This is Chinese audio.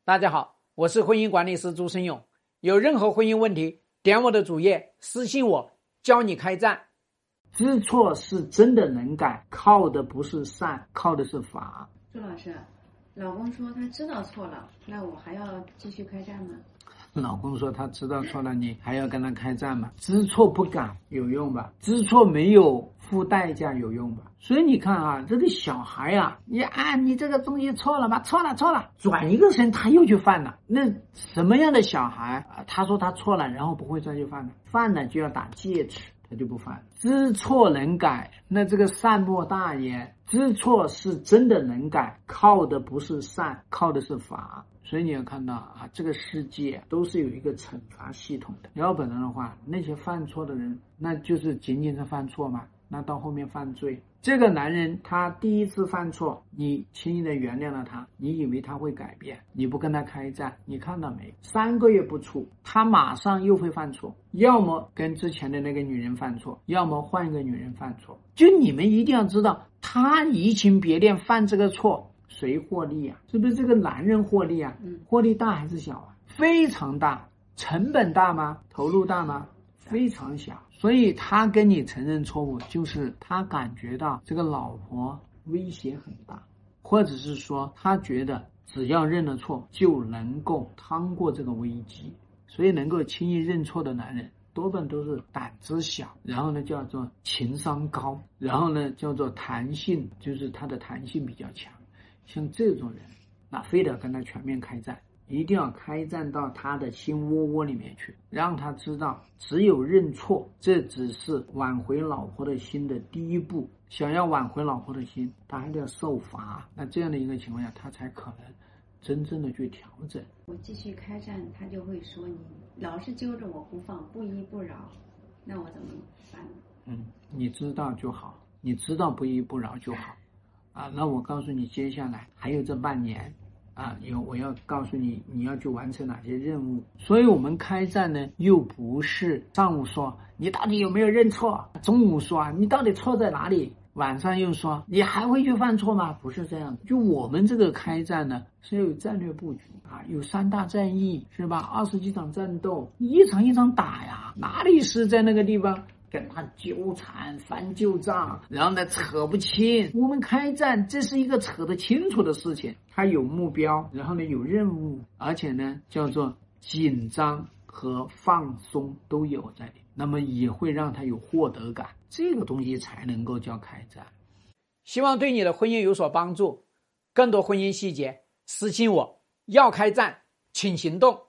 大家好，我是婚姻管理师朱生勇。有任何婚姻问题，点我的主页私信我，教你开战。 知错是真的能改，靠的不是善，靠的是法。 朱老师，老公说他知道错了，那我还要继续开战吗？ 老公说他知道错了，你还要跟他开战吗？知错不改有用吧？知错没有付代价有用吧？所以你看啊，这个小孩啊，你这个东西错了吧？错了，转一个身他又去犯了。那什么样的小孩啊？他说他错了，然后不会再去犯了，犯了就要打戒尺，他就不犯。知错能改，那这个善莫大焉。知错是真的能改，靠的不是善，靠的是法。所以你要看到啊，这个世界都是有一个惩罚系统的。要不然的话，那些犯错的人，那就是仅仅是犯错嘛，那到后面犯罪。这个男人他第一次犯错，你轻易的原谅了他，你以为他会改变，你不跟他开战，你看到没？3个月不出，他马上又会犯错，要么跟之前的那个女人犯错，要么换一个女人犯错。就你们一定要知道，他移情别恋犯这个错，谁获利啊？是不是这个男人获利啊？获利大还是小啊？非常大。成本大吗？投入大吗？非常小。所以他跟你承认错误，就是他感觉到这个老婆威胁很大，或者是说他觉得只要认了错就能够趟过这个危机。所以能够轻易认错的男人多半都是胆子小，然后呢叫做情商高，然后呢叫做弹性，就是他的弹性比较强。像这种人，那非得跟他全面开战，一定要开战到他的心窝窝里面去，让他知道只有认错，这只是挽回老婆的心的第一步。想要挽回老婆的心，他还得要受罚。那这样的一个情况下，他才可能真正的去调整。 我继续开战，他就会说你老是揪着我不放，不依不饶，那我怎么办呢？ 你知道就好，你知道不依不饶就好啊。那我告诉你，接下来还有这半年啊，我要告诉你你要去完成哪些任务。所以我们开战呢，又不是上午说你到底有没有认错，中午说你到底错在哪里，晚上又说你还会去犯错吗？不是这样的。就我们这个开战呢，是有战略布局啊，有3大战役是吧？20几场战斗，一场一场打呀，哪里是在那个地方跟他纠缠翻旧账，然后呢扯不清。我们开战这是一个扯得清楚的事情，它有目标，然后呢有任务，而且呢叫做紧张和放松都有在里，那么也会让他有获得感，这个东西才能够叫开战。 希望对你的婚姻有所帮助。更多婚姻细节私信我。要开战请行动。